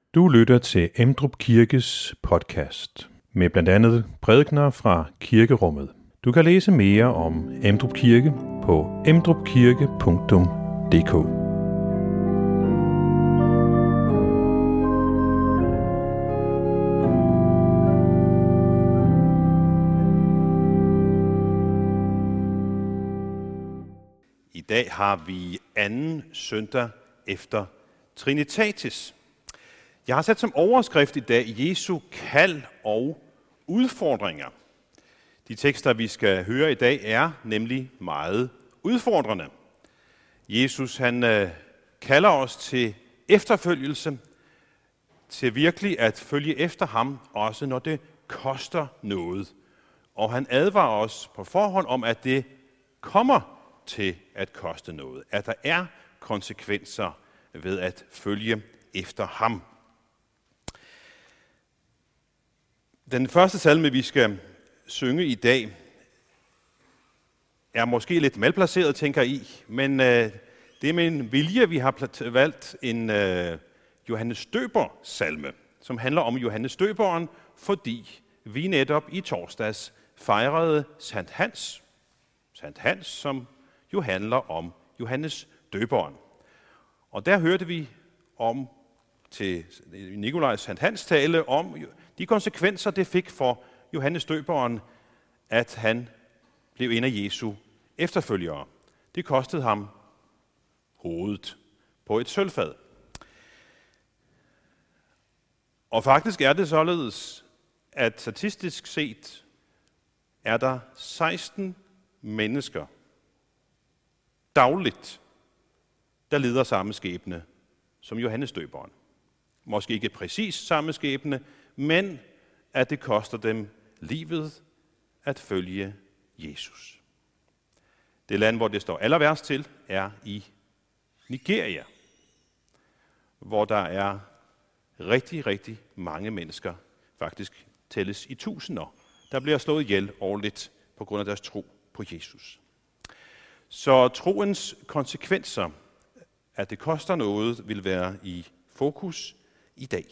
Du lytter til Emdrup Kirkes podcast med blandt andet prædikener fra kirkerummet. Du kan læse mere om Emdrup Kirke på emdrupkirke.dk. I dag har vi anden søndag efter Trinitatis. Jeg har sat som overskrift i dag Jesu kald og udfordringer. De tekster, vi skal høre i dag, er nemlig meget udfordrende. Jesus han kalder os til efterfølgelse, til virkelig at følge efter ham, også når det koster noget. Og han advarer os på forhånd om, at det kommer til at koste noget. At der er konsekvenser ved at følge efter ham. Den første salme, vi skal synge i dag, er måske lidt malplaceret, tænker I, men det er med en vilje, vi har valgt en Johannes Døber-salme, som handler om Johannes Døberen, fordi vi netop i torsdags fejrede Sankt Hans. Sankt Hans, som jo handler om Johannes Døberen. Og der hørte vi om til Nikolajs Sankt Hans tale om de konsekvenser, det fik for Johannes Døberen, at han blev en af Jesu efterfølgere. Det kostede ham hovedet på et sølvfad. Og faktisk er det således, at statistisk set er der 16 mennesker dagligt, der lider samme skæbne som Johannes Døberen. Måske ikke præcis samme skæbne, men at det koster dem livet at følge Jesus. Det land, hvor det står aller værst til, er i Nigeria, hvor der er rigtig, rigtig mange mennesker, faktisk tælles i tusinder, der bliver slået ihjel årligt på grund af deres tro på Jesus. Så troens konsekvenser, at det koster noget, vil være i fokus i dag.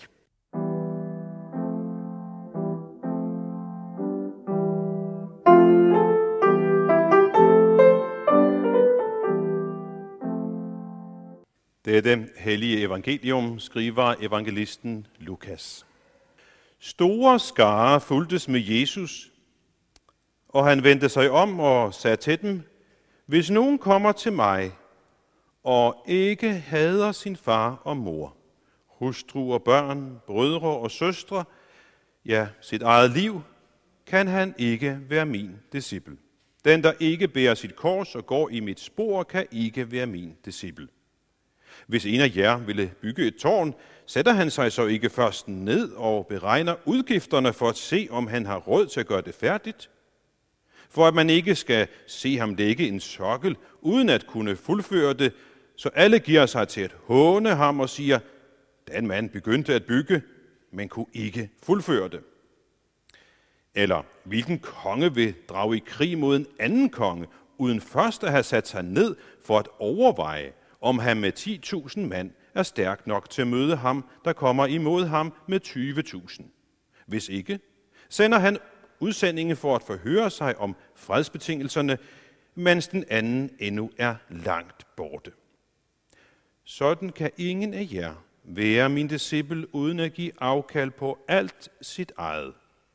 Dette hellige evangelium skriver evangelisten Lukas. Store skarer fulgtes med Jesus, og han vendte sig om og sagde til dem: Hvis nogen kommer til mig og ikke hader sin far og mor, hustru og børn, brødre og søstre, ja, sit eget liv, kan han ikke være min disciple. Den, der ikke bærer sit kors og går i mit spor, kan ikke være min disciple. Hvis en af jer ville bygge et tårn, sætter han sig så ikke først ned og beregner udgifterne for at se, om han har råd til at gøre det færdigt? For at man ikke skal se ham lægge en sokkel, uden at kunne fuldføre det, så alle giver sig til at håne ham og siger: Den mand begyndte at bygge, men kunne ikke fuldføre det. Eller hvilken konge vil drage i krig mod en anden konge, uden først at have sat sig ned for at overveje, om han med 10.000 mand er stærk nok til at møde ham, der kommer imod ham med 20.000. Hvis ikke, sender han udsendingen for at forhøre sig om fredsbetingelserne, mens den anden endnu er langt borte. Sådan kan ingen af jer være min disciple, uden at give afkald på alt sit eget.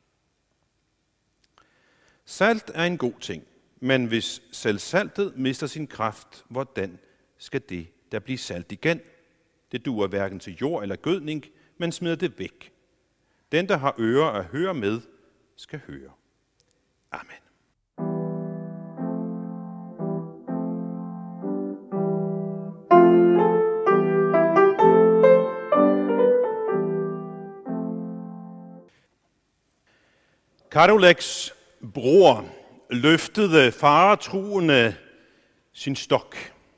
Salt er en god ting, men hvis selv saltet mister sin kraft, hvordan skal det der blive salt igen? Det duer hverken til jord eller gødning, men smider det væk. Den, der har ører at høre med, skal høre. Amen. Karoleks bror løftede faretruende sin stok.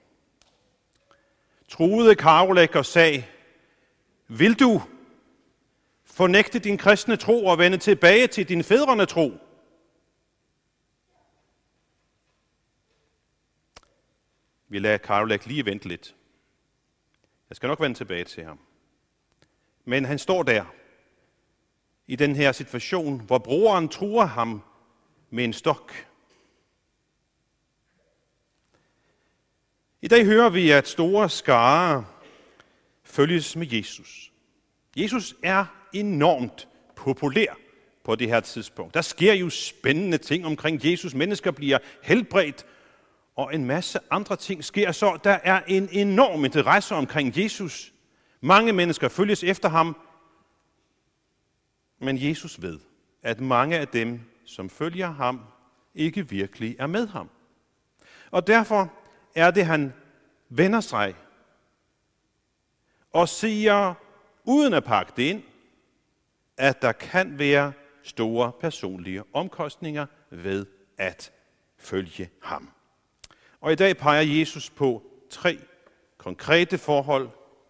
Truede Karolek og sagde: Vil du fornægte din kristne tro og vende tilbage til din fædrene tro? Vi lader Karolek lige vente lidt. Jeg skal nok vende tilbage til ham. Men han står der i den her situation, hvor broren truer ham med en stok. I dag hører vi, at store skarer følges med Jesus. Jesus er enormt populær på det her tidspunkt. Der sker jo spændende ting omkring Jesus. Mennesker bliver helbredt, og en masse andre ting sker. Så der er en enorm interesse omkring Jesus. Mange mennesker følges efter ham, men Jesus ved, at mange af dem, som følger ham, ikke virkelig er med ham. Og derfor er det, han vender sig og siger, uden at pakke det ind, at der kan være store personlige omkostninger ved at følge ham. Og i dag peger Jesus på 3 konkrete forhold,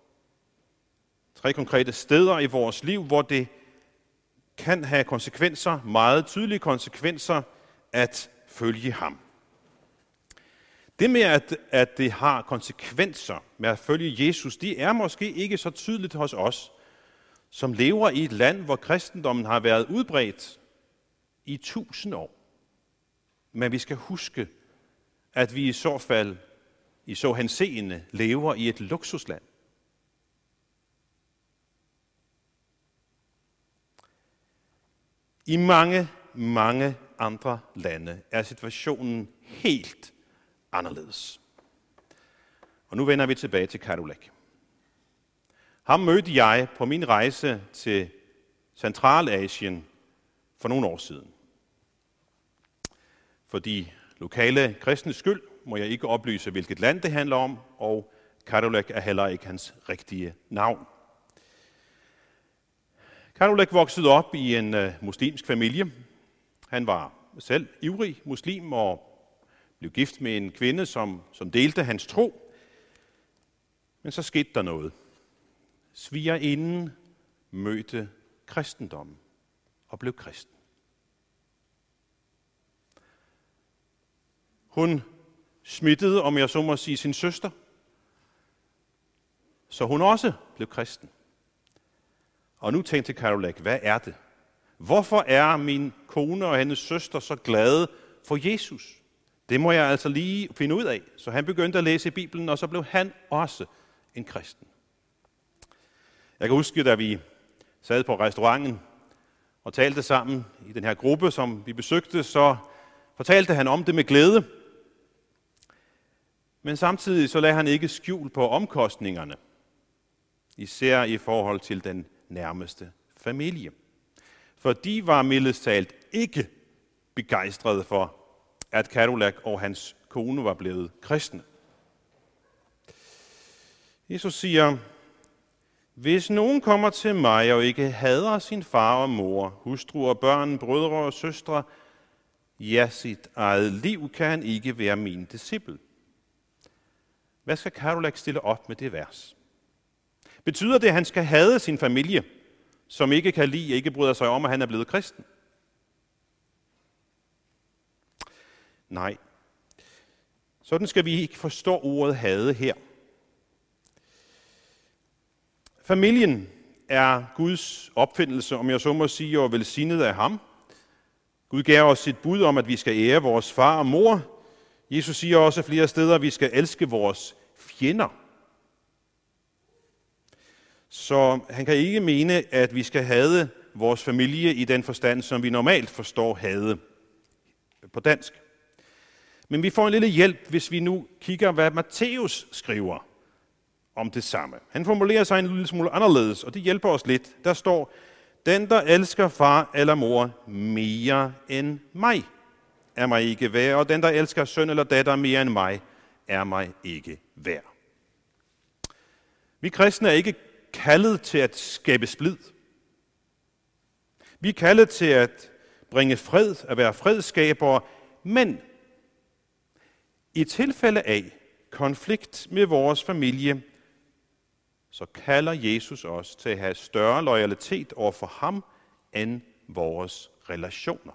3 konkrete steder i vores liv, hvor det kan have konsekvenser, meget tydelige konsekvenser, at følge ham. Det med, at det har konsekvenser med at følge Jesus, det er måske ikke så tydeligt hos os, som lever i et land, hvor kristendommen har været udbredt i 1000 år. Men vi skal huske, at vi i så fald, i så henseende, lever i et luksusland. I mange, mange andre lande er situationen helt anderledes. Og nu vender vi tilbage til Kadulek. Ham mødte jeg på min rejse til Centralasien for nogle år siden. For de lokale kristnes skyld må jeg ikke oplyse, hvilket land det handler om, og Kadulek er heller ikke hans rigtige navn. Kadulek voksede op i en muslimsk familie. Han var selv ivrig muslim og blev gift med en kvinde, som delte hans tro. Men så skete der noget. Svigerinden mødte kristendommen og blev kristen. Hun smittede, om jeg så må sige, sin søster, så hun også blev kristen. Og nu tænkte Kadulek, hvad er det? Hvorfor er min kone og hendes søster så glade for Jesus? Det må jeg altså lige finde ud af. Så han begyndte at læse i Bibelen, og så blev han også en kristen. Jeg kan huske, da vi sad på restauranten og talte sammen i den her gruppe, som vi besøgte, så fortalte han om det med glæde. Men samtidig så lagde han ikke skjul på omkostningerne, især i forhold til den nærmeste familie. For de var mildest talt ikke begejstrede for, at Kadulek og hans kone var blevet kristne. Jesus siger, hvis nogen kommer til mig og ikke hader sin far og mor, hustru og børn, brødre og søstre, ja, sit eget liv, kan han ikke være min disciple. Hvad skal Kadulek stille op med det vers? Betyder det, at han skal hade sin familie, som ikke kan lide, ikke bryder sig om, at han er blevet kristen? Nej. Sådan skal vi ikke forstå ordet hade her. Familien er Guds opfindelse, om jeg så må sige, og velsignet af ham. Gud gav os sit bud om, at vi skal ære vores far og mor. Jesus siger også flere steder, at vi skal elske vores fjender. Så han kan ikke mene, at vi skal hade vores familie i den forstand, som vi normalt forstår hade på dansk. Men vi får en lille hjælp, hvis vi nu kigger, hvad Matthæus skriver om det samme. Han formulerer sig en lille smule anderledes, og det hjælper os lidt. Der står, den der elsker far eller mor mere end mig, er mig ikke værd, og den der elsker søn eller datter mere end mig, er mig ikke værd. Vi kristne er ikke kaldet til at skabe splid. Vi er kaldet til at bringe fred, at være fredsskabere, men i tilfælde af konflikt med vores familie, så kalder Jesus os til at have større loyalitet over for ham end vores relationer.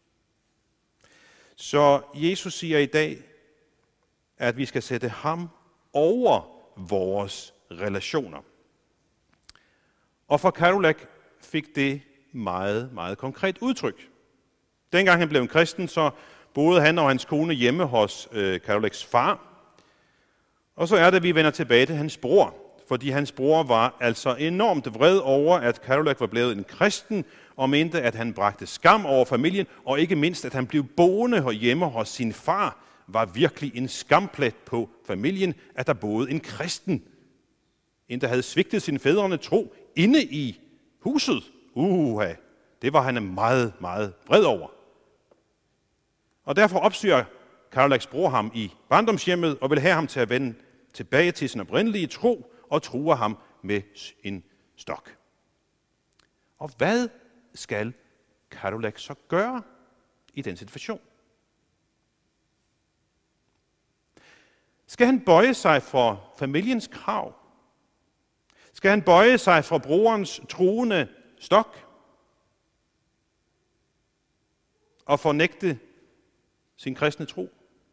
Så Jesus siger i dag, at vi skal sætte ham over vores relationer. Og for Karolak fik det meget, meget konkret udtryk. Dengang han blev en kristen, så boede han og hans kone hjemme hos Karolaks far. Og så er det, at vi vender tilbage til hans bror. Fordi hans bror var altså enormt vred over, at Karolak var blevet en kristen, og mente, at han bragte skam over familien, og ikke mindst, at han blev boende hjemme hos sin far, var virkelig en skamplet på familien, at der boede en kristen. En, der havde svigtet sin fædrene tro inde i huset. Det var han meget, meget vred over. Og derfor opsøger Karolaks bror ham i barndomshjemmet, og vil have ham til at vende tilbage til sin oprindelige tro, og truer ham med en stok. Og hvad skal Karolak så gøre i den situation? Skal han bøje sig for familiens krav? Skal han bøje sig for brorens truende stok? Og fornægte sin kristne tro?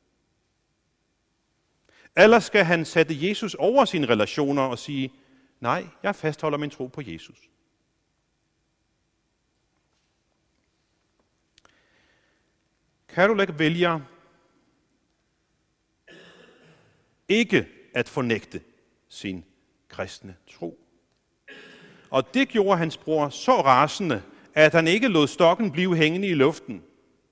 Eller skal han sætte Jesus over sine relationer og sige, nej, jeg fastholder min tro på Jesus? Karolak vælger ikke at fornægte sin kristne tro. Og det gjorde hans bror så rasende, at han ikke lod stokken blive hængende i luften.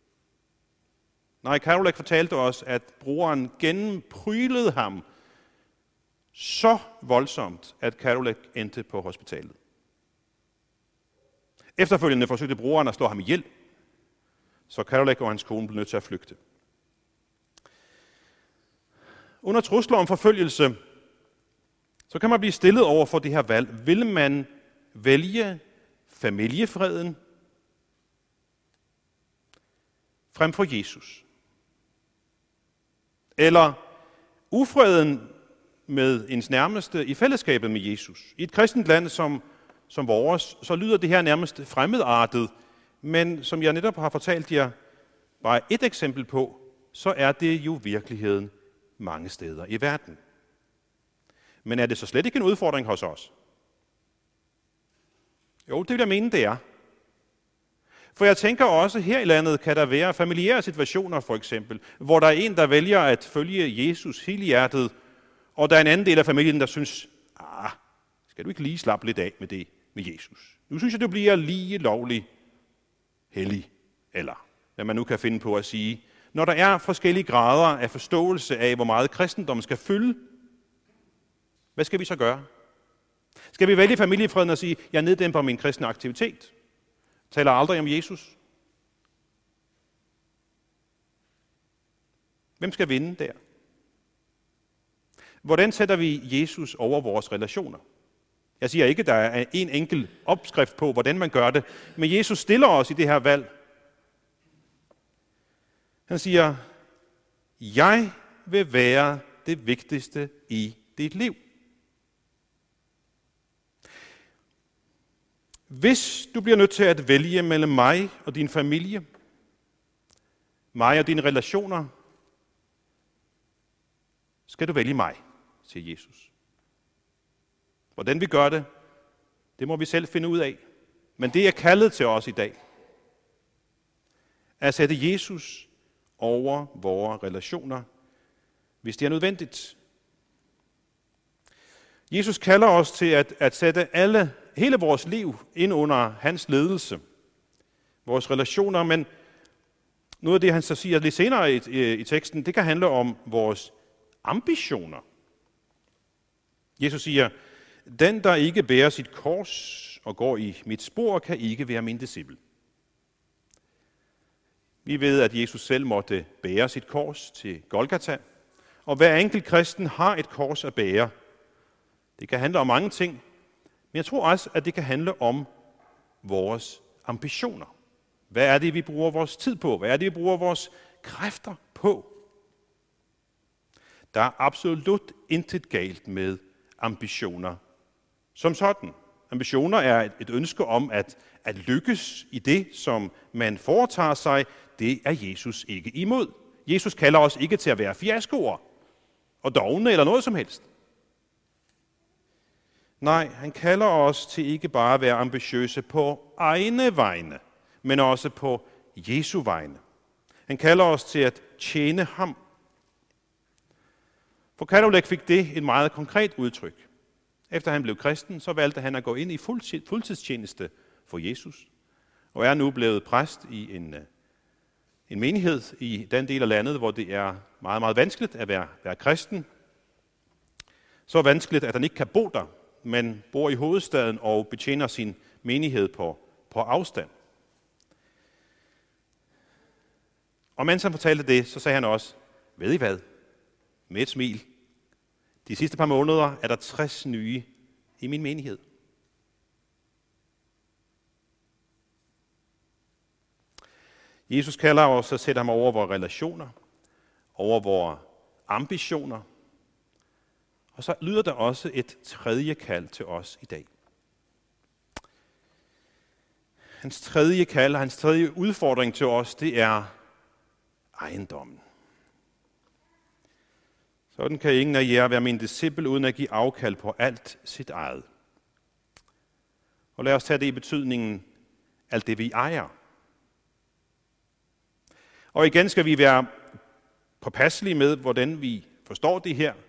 Nej, Karolak fortalte os, at broren gennemprylede ham så voldsomt, at Karolak endte på hospitalet. Efterfølgende forsøgte broren at slå ham ihjel, så Karolak og hans kone blev nødt til at flygte. Under trusler om forfølgelse, så kan man blive stillet over for det her valg. Vil man vælge familiefreden frem for Jesus? Eller ufreden med ens nærmeste i fællesskabet med Jesus? I et kristent land som vores, så lyder det her nærmest fremmedartet, men som jeg netop har fortalt jer bare et eksempel på, så er det jo virkeligheden mange steder i verden. Men er det så slet ikke en udfordring hos os? Jo, det vil jeg mene, det er. For jeg tænker også, her i landet kan der være familiære situationer for eksempel, hvor der er en, der vælger at følge Jesus helhjertet, og der er en anden del af familien, der synes, skal du ikke lige slappe lidt af med det med Jesus? Nu synes jeg, du bliver lige lovlig hellig, eller hvad man nu kan finde på at sige. Når der er forskellige grader af forståelse af, hvor meget kristendommen skal fylde, hvad skal vi så gøre? Skal vi vælge familiefreden og sige, jeg neddæmper min kristne aktivitet? Taler aldrig om Jesus? Hvem skal vinde der? Hvordan sætter vi Jesus over vores relationer? Jeg siger ikke, at der er en enkelt opskrift på, hvordan man gør det, men Jesus stiller os i det her valg. Han siger, jeg vil være det vigtigste i dit liv. Hvis du bliver nødt til at vælge mellem mig og din familie, mig og dine relationer, skal du vælge mig, siger Jesus. Hvordan vi gør det, det må vi selv finde ud af. Men det er kaldet til os i dag. At sætte Jesus over vores relationer, hvis det er nødvendigt. Jesus kalder os til at sætte hele vores liv ind under hans ledelse. Vores relationer, men noget af det, han så siger lidt senere i teksten, det kan handle om vores ambitioner. Jesus siger, den, der ikke bærer sit kors og går i mit spor, kan ikke være min disciple. Vi ved, at Jesus selv måtte bære sit kors til Golgata, og hver enkelt kristen har et kors at bære. Det kan handle om mange ting, men jeg tror også, at det kan handle om vores ambitioner. Hvad er det, vi bruger vores tid på? Hvad er det, vi bruger vores kræfter på? Der er absolut intet galt med ambitioner som sådan. Ambitioner er et ønske om at lykkes i det, som man foretager sig. Det er Jesus ikke imod. Jesus kalder os ikke til at være fiaskoer og dovne eller noget som helst. Nej, han kalder os til ikke bare at være ambitiøse på egne vegne, men også på Jesu vegne. Han kalder os til at tjene ham. For Kadolek fik det et meget konkret udtryk. Efter han blev kristen, så valgte han at gå ind i fuldtidstjeneste for Jesus, og er nu blevet præst i en menighed i den del af landet, hvor det er meget, meget vanskeligt at være kristen. Så vanskeligt, at han ikke kan bo der, men bor i hovedstaden og betjener sin menighed på afstand. Og mens han fortalte det, så sagde han også, ved I hvad? Med et smil. De sidste par måneder er der 60 nye i min menighed. Jesus kalder os at sætte ham over vores relationer, over vores ambitioner. Og så lyder der også et tredje kald til os i dag. Hans tredje kald og hans tredje udfordring til os, det er ejendommen. Sådan kan ingen af jer være min disciple, uden at give afkald på alt sit eget. Og lad os tage det i betydningen alt det, vi ejer. Og igen skal vi være påpasselige med, hvordan vi forstår det her.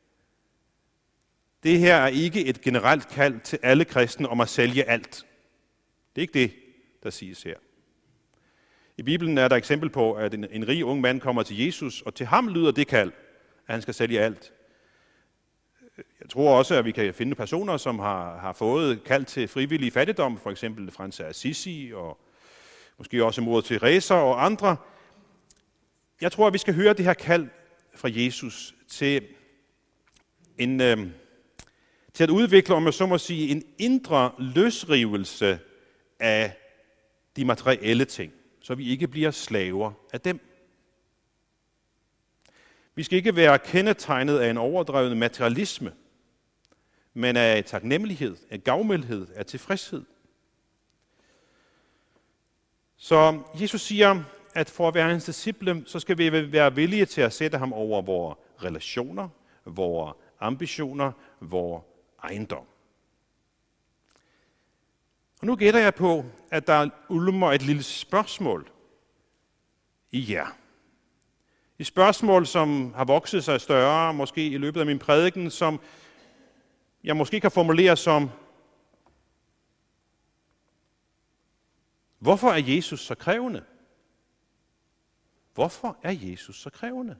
Det her er ikke et generelt kald til alle kristne om at sælge alt. Det er ikke det, der siges her. I Bibelen er der eksempel på, at en rig ung mand kommer til Jesus, og til ham lyder det kald, at han skal sælge alt. Jeg tror også, at vi kan finde personer, som har fået kald til frivillig fattigdom, for eksempel Frans af Assisi, og måske også Moder Teresa og andre. Jeg tror, at vi skal høre det her kald fra Jesus til at udvikle, om jeg så må sige, en indre løsrivelse af de materielle ting, så vi ikke bliver slaver af dem. Vi skal ikke være kendetegnet af en overdreven materialisme, men af taknemmelighed, af gavmildhed, af tilfredshed. Så Jesus siger, at for at være hans disciple, så skal vi være villige til at sætte ham over vores relationer, vores ambitioner, vores ejendom. Og nu gætter jeg på, at der ulmer et lille spørgsmål i jer. Et spørgsmål, som har vokset sig større, måske i løbet af min prædiken, som jeg måske kan formulere som, hvorfor er Jesus så krævende? Hvorfor er Jesus så krævende?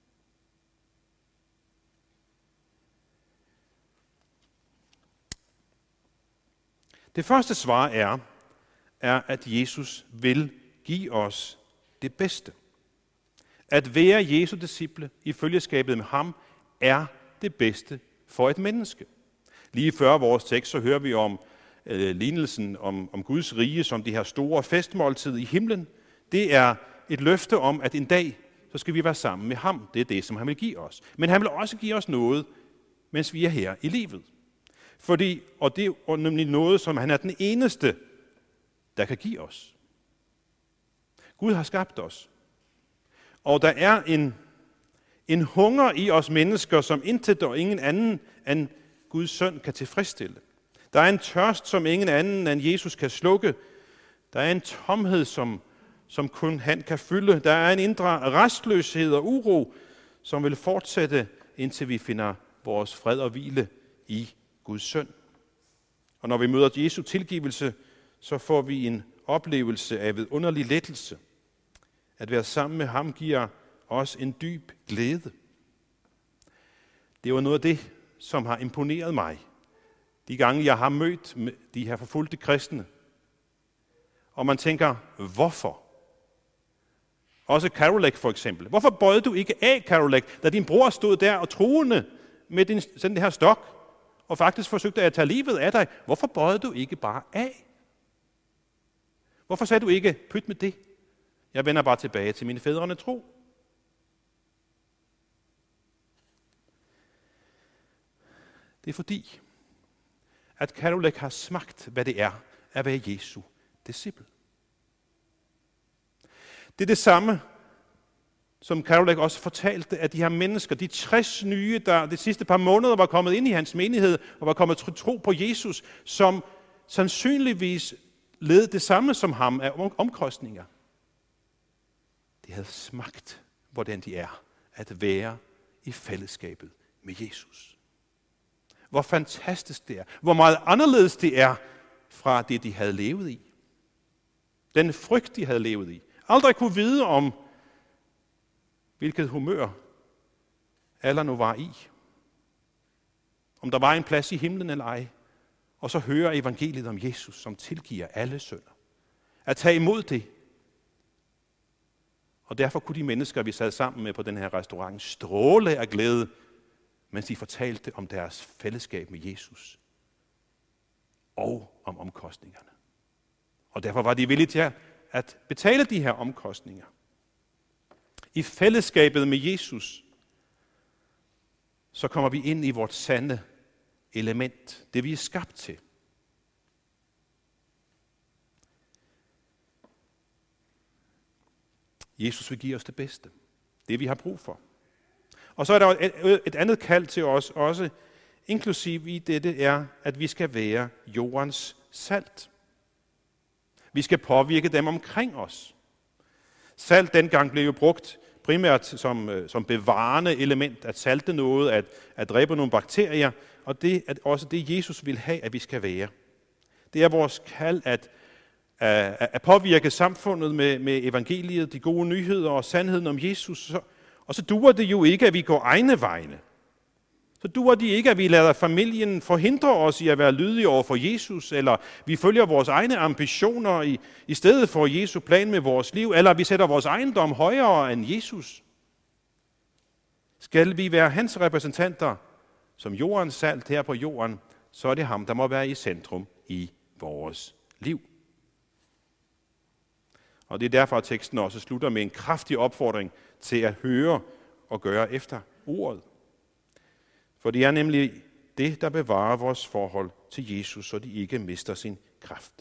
Det første svar er, at Jesus vil give os det bedste. At være Jesu disciple i følgeskabet med ham er det bedste for et menneske. Lige før vores tekst, så hører vi om lignelsen om Guds rige som det her store festmåltid i himlen. Det er et løfte om, at en dag, så skal vi være sammen med ham. Det er det, som han vil give os. Men han vil også give os noget, mens vi er her i livet. Og det er nemlig noget, som han er den eneste, der kan give os. Gud har skabt os. Og der er en hunger i os mennesker, som intet og ingen anden end Guds søn kan tilfredsstille. Der er en tørst, som ingen anden end Jesus kan slukke. Der er en tomhed, som kun han kan fylde. Der er en indre restløshed og uro, som vil fortsætte, indtil vi finder vores fred og hvile i Guds søn. Og når vi møder Jesu tilgivelse, så får vi en oplevelse af vidunderlig lettelse. At være sammen med ham giver os en dyb glæde. Det var noget af det, som har imponeret mig. De gange, jeg har mødt de her forfulgte kristne. Og man tænker, hvorfor? Også Kadolek for eksempel. Hvorfor bøjede du ikke af, Kadolek, da din bror stod der og truende med sådan det her stok, og faktisk forsøgte at tage livet af dig? Hvorfor bøjede du ikke bare af? Hvorfor sagde du ikke, pyt med det? Jeg vender bare tilbage til mine fædrene tro. Det er fordi, at Kadolek har smagt, hvad det er at være Jesu disciple. Det er det samme, som Karolek også fortalte, at de her mennesker, de 60 nye, der de sidste par måneder var kommet ind i hans menighed, og var kommet til tro på Jesus, som sandsynligvis led det samme som ham af omkostninger. De havde smagt, hvordan de er at være i fællesskabet med Jesus. Hvor fantastisk det er. Hvor meget anderledes det er fra det, de havde levet i. Den frygt, de havde levet i. Aldrig kunne vide om, hvilket humør alle nu var i. Om der var en plads i himlen eller ej. Og så høre evangeliet om Jesus, som tilgiver alle synder. At tage imod det. Og derfor kunne de mennesker, vi sad sammen med på den her restaurant, stråle af glæde, mens de fortalte om deres fællesskab med Jesus. Og om omkostningerne. Og derfor var de villige til at betale de her omkostninger. I fællesskabet med Jesus, så kommer vi ind i vores sande element, det vi er skabt til. Jesus vil give os det bedste, det vi har brug for. Og så er der et andet kald til os også, inklusiv i dette, er, at vi skal være jordens salt. Vi skal påvirke dem omkring os. Salt dengang blev jo brugt primært som bevarende element, at salte noget, at dræbe nogle bakterier, og det er også det, Jesus vil have, at vi skal være. Det er vores kald at påvirke samfundet med evangeliet, de gode nyheder og sandheden om Jesus. Og så duer det jo ikke, at vi går egne vegne. Så duer det ikke, at vi lader familien forhindre os i at være lydige over for Jesus, eller vi følger vores egne ambitioner i stedet for Jesu plan med vores liv, eller vi sætter vores ejendom højere end Jesus. Skal vi være hans repræsentanter som jordens salt her på jorden, så er det ham, der må være i centrum i vores liv. Og det er derfor, at teksten også slutter med en kraftig opfordring til at høre og gøre efter ordet. For det er nemlig det, der bevarer vores forhold til Jesus, så de ikke mister sin kraft.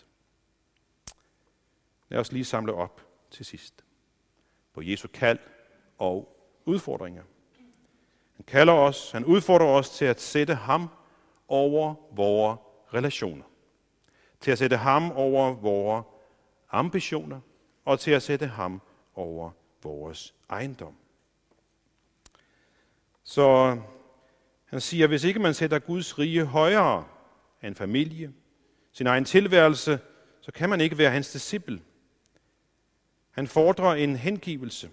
Lad os lige samle op til sidst på Jesu kald og udfordringer. Han kalder os, han udfordrer os til at sætte ham over vores relationer. Til at sætte ham over vores ambitioner, og til at sætte ham over vores ejendom. Så han siger, hvis ikke man sætter Guds rige højere end familie, sin egen tilværelse, så kan man ikke være hans disciple. Han fordrer en hengivelse.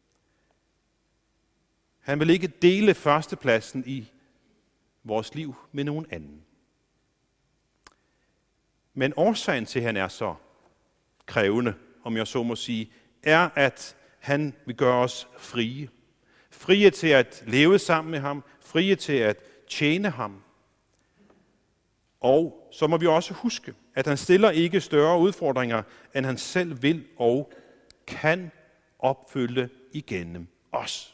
Han vil ikke dele førstepladsen i vores liv med nogen anden. Men årsagen til, at han er så krævende, om jeg så må sige, er, at han vil gøre os frie. Frie til at leve sammen med ham, frie til at tjene ham. Og så må vi også huske, at han stiller ikke større udfordringer, end han selv vil og kan opfylde igennem os.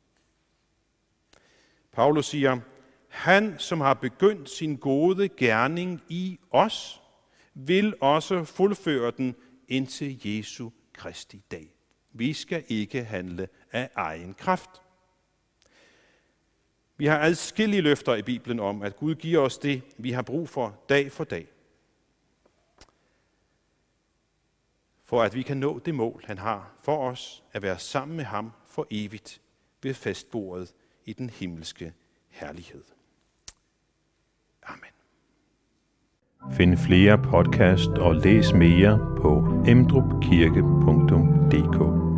Paulus siger, han som har begyndt sin gode gerning i os, vil også fuldføre den indtil Jesu Kristi dag. Vi skal ikke handle af egen kraft. Vi har adskillige løfter i Bibelen om, at Gud giver os det, vi har brug for dag for dag. For at vi kan nå det mål, han har for os, at være sammen med ham for evigt ved festbordet i den himmelske herlighed. Amen. Find flere podcast og læs mere på emdrupkirke.dk.